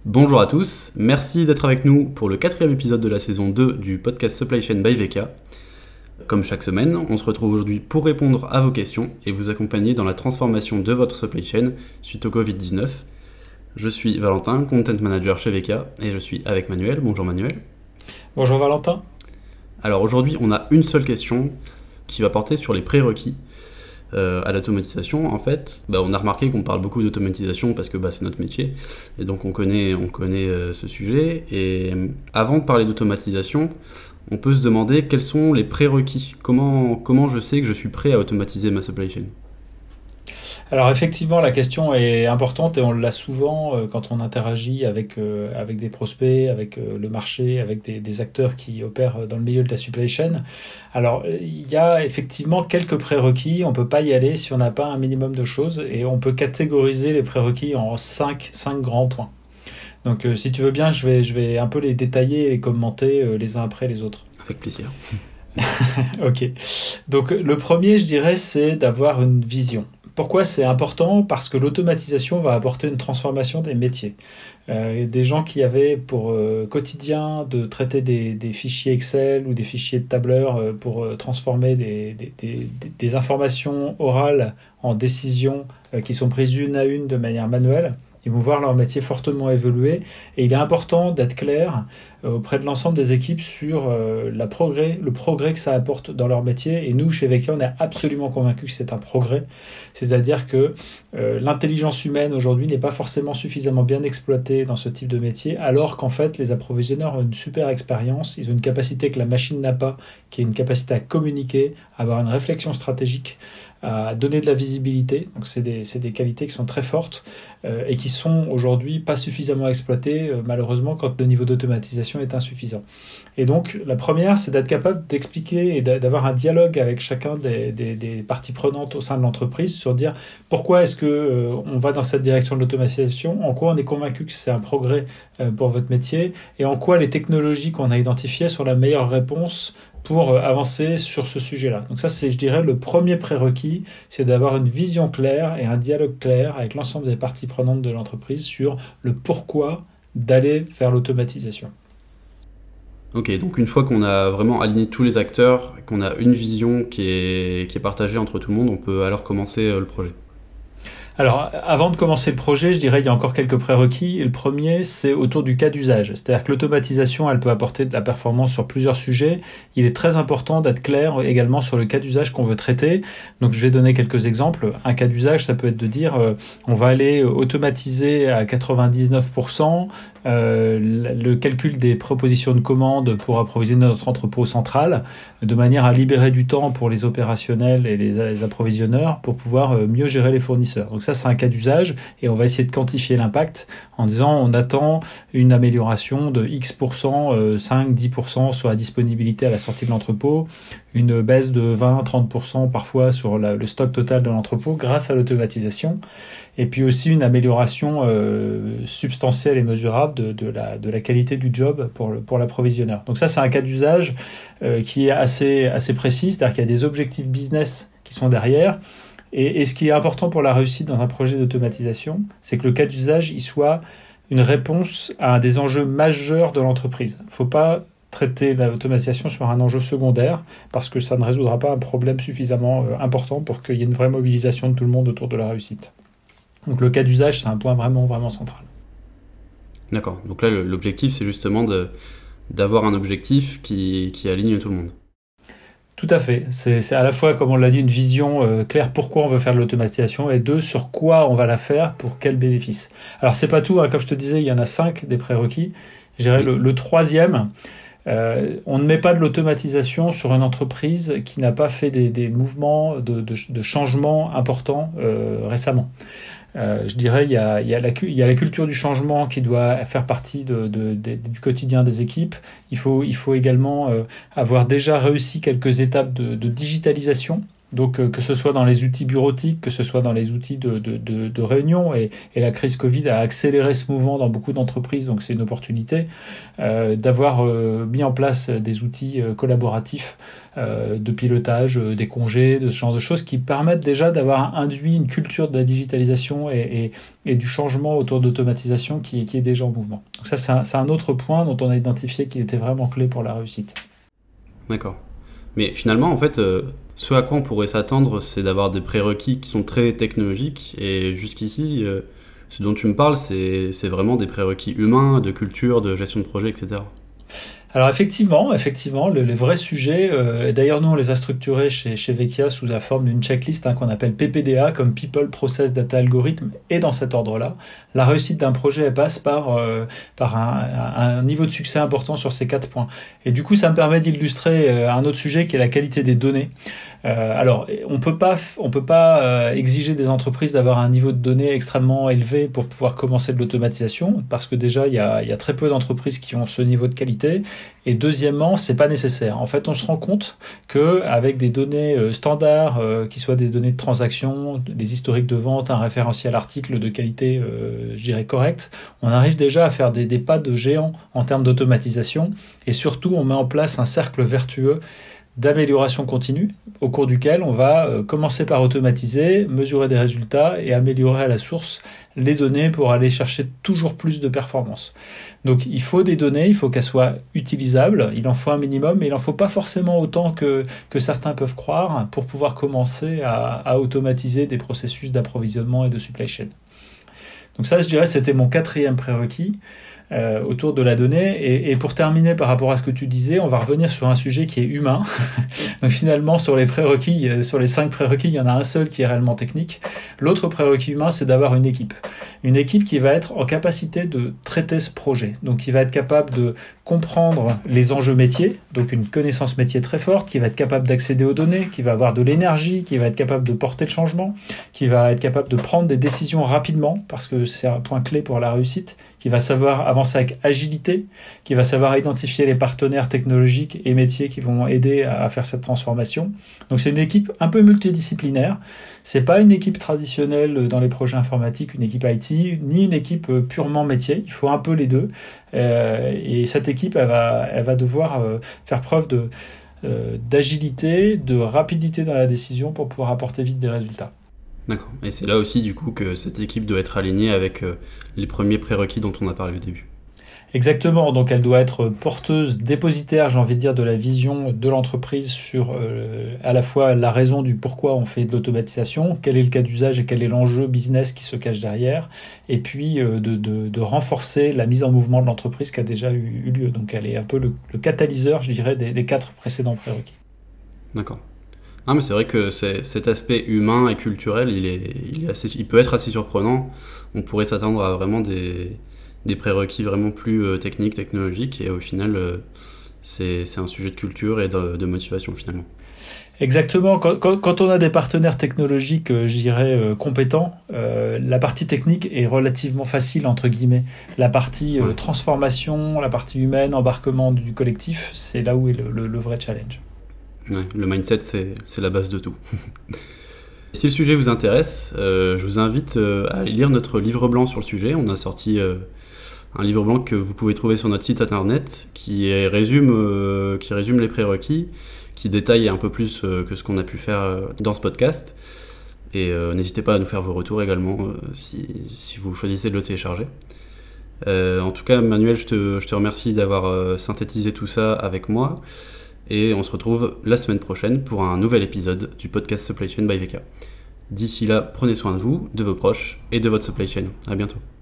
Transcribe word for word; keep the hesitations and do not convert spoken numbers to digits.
Bonjour à tous, merci d'être avec nous pour le quatrième épisode de la saison deux du podcast Supply Chain by V K. Comme chaque semaine, on se retrouve aujourd'hui pour répondre à vos questions et vous accompagner dans la transformation de votre supply chain suite au covid dix-neuf. Je suis Valentin, Content Manager chez V K et je suis avec Manuel. Bonjour Manuel. Bonjour Valentin. Alors aujourd'hui, on a une seule question qui va porter sur les prérequis euh, à l'automatisation. En fait, bah, on a remarqué qu'on parle beaucoup d'automatisation parce que bah, c'est notre métier et donc on connaît, on connaît euh, ce sujet. Et euh, avant de parler d'automatisation, on peut se demander quels sont les prérequis. Comment, comment je sais que je suis prêt à automatiser ma supply chain ? Alors effectivement, la question est importante et on l'a souvent euh, quand on interagit avec, euh, avec des prospects, avec euh, le marché, avec des, des acteurs qui opèrent dans le milieu de la supply chain. Alors il y a effectivement quelques prérequis, on ne peut pas y aller si on n'a pas un minimum de choses et on peut catégoriser les prérequis en cinq, cinq grands points. Donc euh, si tu veux bien, je vais, je vais un peu les détailler et les commenter euh, les uns après les autres. Avec plaisir. Ok. Donc le premier, je dirais, c'est d'avoir une vision. Pourquoi c'est important ? Parce que l'automatisation va apporter une transformation des métiers. Euh, des gens qui avaient pour euh, quotidien de traiter des, des fichiers Excel ou des fichiers de tableur euh, pour euh, transformer des, des, des, des informations orales en décisions euh, qui sont prises une à une de manière manuelle. Ils vont voir leur métier fortement évoluer et il est important d'être clair euh, auprès de l'ensemble des équipes sur euh, la progrès, le progrès que ça apporte dans leur métier. Et nous, chez V K, on est absolument convaincus que c'est un progrès. C'est-à-dire que euh, l'intelligence humaine aujourd'hui n'est pas forcément suffisamment bien exploitée dans ce type de métier, alors qu'en fait, les approvisionneurs ont une super expérience. Ils ont une capacité que la machine n'a pas, qui est une capacité à communiquer, à avoir une réflexion stratégique, à donner de la visibilité. Donc c'est des, c'est des qualités qui sont très fortes euh, et qui sont aujourd'hui pas suffisamment exploitées, euh, malheureusement, quand le niveau d'automatisation est insuffisant. Et donc la première, c'est d'être capable d'expliquer et d'avoir un dialogue avec chacun des, des, des parties prenantes au sein de l'entreprise sur dire pourquoi est-ce que euh, on va dans cette direction de l'automatisation, en quoi on est convaincu que c'est un progrès euh, pour votre métier et en quoi les technologies qu'on a identifiées sont la meilleure réponse pour avancer sur ce sujet-là. Donc ça, c'est, je dirais, le premier prérequis, c'est d'avoir une vision claire et un dialogue clair avec l'ensemble des parties prenantes de l'entreprise sur le pourquoi d'aller vers l'automatisation. Ok, donc une fois qu'on a vraiment aligné tous les acteurs, qu'on a une vision qui est, qui est partagée entre tout le monde, on peut alors commencer le projet. Alors, avant de commencer le projet, je dirais qu'il y a encore quelques prérequis. Et le premier, c'est autour du cas d'usage. C'est-à-dire que l'automatisation, elle peut apporter de la performance sur plusieurs sujets. Il est très important d'être clair également sur le cas d'usage qu'on veut traiter. Donc, je vais donner quelques exemples. Un cas d'usage, ça peut être de dire, euh, on va aller automatiser à quatre-vingt-dix-neuf pour cent euh, le calcul des propositions de commandes pour approvisionner notre entrepôt central, de manière à libérer du temps pour les opérationnels et les, les approvisionneurs pour pouvoir euh, mieux gérer les fournisseurs. Donc ça, c'est un cas d'usage et on va essayer de quantifier l'impact en disant on attend une amélioration de X pour cent, euh, cinq à dix pour cent sur la disponibilité à la sortie de l'entrepôt, une baisse de vingt à trente pour cent parfois sur la, le stock total de l'entrepôt grâce à l'automatisation. Et puis aussi une amélioration euh, substantielle et mesurable de, de, la, de la qualité du job pour, le, pour l'approvisionneur. Donc ça, c'est un cas d'usage euh, qui est assez, assez précis, c'est-à-dire qu'il y a des objectifs business qui sont derrière. Et, et ce qui est important pour la réussite dans un projet d'automatisation, c'est que le cas d'usage il soit une réponse à un des enjeux majeurs de l'entreprise. Il ne faut pas traiter l'automatisation sur un enjeu secondaire parce que ça ne résoudra pas un problème suffisamment euh, important pour qu'il y ait une vraie mobilisation de tout le monde autour de la réussite. Donc le cas d'usage, c'est un point vraiment, vraiment central. D'accord. Donc là, l'objectif, c'est justement de, d'avoir un objectif qui, qui aligne tout le monde. Tout à fait. C'est, c'est à la fois, comme on l'a dit, une vision euh, claire pourquoi on veut faire de l'automatisation et deux, sur quoi on va la faire, pour quel bénéfice. Alors, c'est pas tout. Hein. Comme je te disais, il y en a cinq des prérequis. Je dirais le, le troisième, euh, on ne met pas de l'automatisation sur une entreprise qui n'a pas fait des, des mouvements de, de, de changement importants euh, récemment. Euh, je dirais il y a, il y a la, il y a la culture du changement qui doit faire partie de, de, de, du quotidien des équipes. Il faut, il faut également euh, avoir déjà réussi quelques étapes de, de digitalisation Donc euh, que ce soit dans les outils bureautiques, que ce soit dans les outils de, de, de, de réunion, et, et la crise Covid a accéléré ce mouvement dans beaucoup d'entreprises, donc c'est une opportunité euh, d'avoir euh, mis en place des outils euh, collaboratifs euh, de pilotage, euh, des congés, de ce genre de choses qui permettent déjà d'avoir induit une culture de la digitalisation et, et, et du changement autour d'automatisation qui, qui est déjà en mouvement. Donc ça c'est un, c'est un autre point dont on a identifié qu'il était vraiment clé pour la réussite. D'accord. Mais finalement, en fait, euh, ce à quoi on pourrait s'attendre, c'est d'avoir des prérequis qui sont très technologiques. Et jusqu'ici, euh, ce dont tu me parles, c'est, c'est vraiment des prérequis humains, de culture, de gestion de projet, et cetera. Alors effectivement, effectivement, le, le vrai sujet, euh, et d'ailleurs nous on les a structurés chez, chez Vecchia sous la forme d'une checklist hein, qu'on appelle P P D A, comme People, Process, Data, Algorithm, et dans cet ordre-là. La réussite d'un projet, elle passe par, euh, par un, un niveau de succès important sur ces quatre points. Et du coup, ça me permet d'illustrer euh, un autre sujet qui est la qualité des données. Euh, alors, on peut pas, on peut pas euh, exiger des entreprises d'avoir un niveau de données extrêmement élevé pour pouvoir commencer de l'automatisation, parce que déjà, il y a, il y a très peu d'entreprises qui ont ce niveau de qualité. Et deuxièmement, c'est pas nécessaire. En fait, on se rend compte que avec des données euh, standards, euh, qui soient des données de transaction, des historiques de vente, un référentiel article de qualité, euh, je dirais correcte, on arrive déjà à faire des, des pas de géant en termes d'automatisation. Et surtout, on met en place un cercle vertueux d'amélioration continue, au cours duquel on va euh, commencer par automatiser, mesurer des résultats et améliorer à la source les données pour aller chercher toujours plus de performance. Donc il faut des données, il faut qu'elles soient utilisables, il en faut un minimum, mais il n'en faut pas forcément autant que, que certains peuvent croire pour pouvoir commencer à, à automatiser des processus d'approvisionnement et de supply chain. Donc ça, je dirais, c'était mon quatrième prérequis. Euh, autour de la donnée. Et, et pour terminer par rapport à ce que tu disais, on va revenir sur un sujet qui est humain. Donc finalement, sur les prérequis, euh, sur les cinq prérequis, il y en a un seul qui est réellement technique. L'autre prérequis humain, c'est d'avoir une équipe. Une équipe qui va être en capacité de traiter ce projet. Donc qui va être capable de comprendre les enjeux métiers, donc une connaissance métier très forte, qui va être capable d'accéder aux données, qui va avoir de l'énergie, qui va être capable de porter le changement, qui va être capable de prendre des décisions rapidement, parce que c'est un point clé pour la réussite, qui va savoir avancer avec agilité, qui va savoir identifier les partenaires technologiques et métiers qui vont aider à faire cette transformation. Donc c'est une équipe un peu multidisciplinaire. C'est pas une équipe traditionnelle dans les projets informatiques, une équipe I T, ni une équipe purement métier. Il faut un peu les deux. Euh, et cette équipe, elle va, elle va devoir euh, faire preuve de, euh, d'agilité, de rapidité dans la décision pour pouvoir apporter vite des résultats. D'accord. Et c'est là aussi, du coup, que cette équipe doit être alignée avec euh, les premiers prérequis dont on a parlé au début. Exactement. Donc, elle doit être porteuse, dépositaire, j'ai envie de dire, de la vision de l'entreprise sur euh, à la fois la raison du pourquoi on fait de l'automatisation, quel est le cas d'usage et quel est l'enjeu business qui se cache derrière, et puis euh, de, de, de renforcer la mise en mouvement de l'entreprise qui a déjà eu, eu lieu. Donc, elle est un peu le, le catalyseur, je dirais, des, des quatre précédents prérequis. D'accord. Ah, mais c'est vrai que c'est, cet aspect humain et culturel, il, est, il, est assez, il peut être assez surprenant. On pourrait s'attendre à vraiment des, des prérequis vraiment plus euh, techniques, technologiques, et au final, euh, c'est, c'est un sujet de culture et de, de motivation finalement. Exactement. Quand, quand, quand on a des partenaires technologiques, euh, je dirais, euh, compétents, euh, la partie technique est relativement facile, entre guillemets. La partie euh, ouais. transformation, la partie humaine, embarquement du collectif, c'est là où est le, le, le vrai challenge. Ouais, le mindset, c'est, c'est la base de tout. Si le sujet vous intéresse, euh, je vous invite euh, à aller lire notre livre blanc sur le sujet. On a sorti euh, un livre blanc que vous pouvez trouver sur notre site internet qui est, résume, euh, qui résume les prérequis, qui détaille un peu plus euh, que ce qu'on a pu faire euh, dans ce podcast. Et euh, n'hésitez pas à nous faire vos retours également euh, si, si vous choisissez de le télécharger. Euh, en tout cas, Manuel, je te, je te remercie d'avoir euh, synthétisé tout ça avec moi. Et on se retrouve la semaine prochaine pour un nouvel épisode du podcast Supply Chain by Vecchia. D'ici là, prenez soin de vous, de vos proches et de votre supply chain. À bientôt.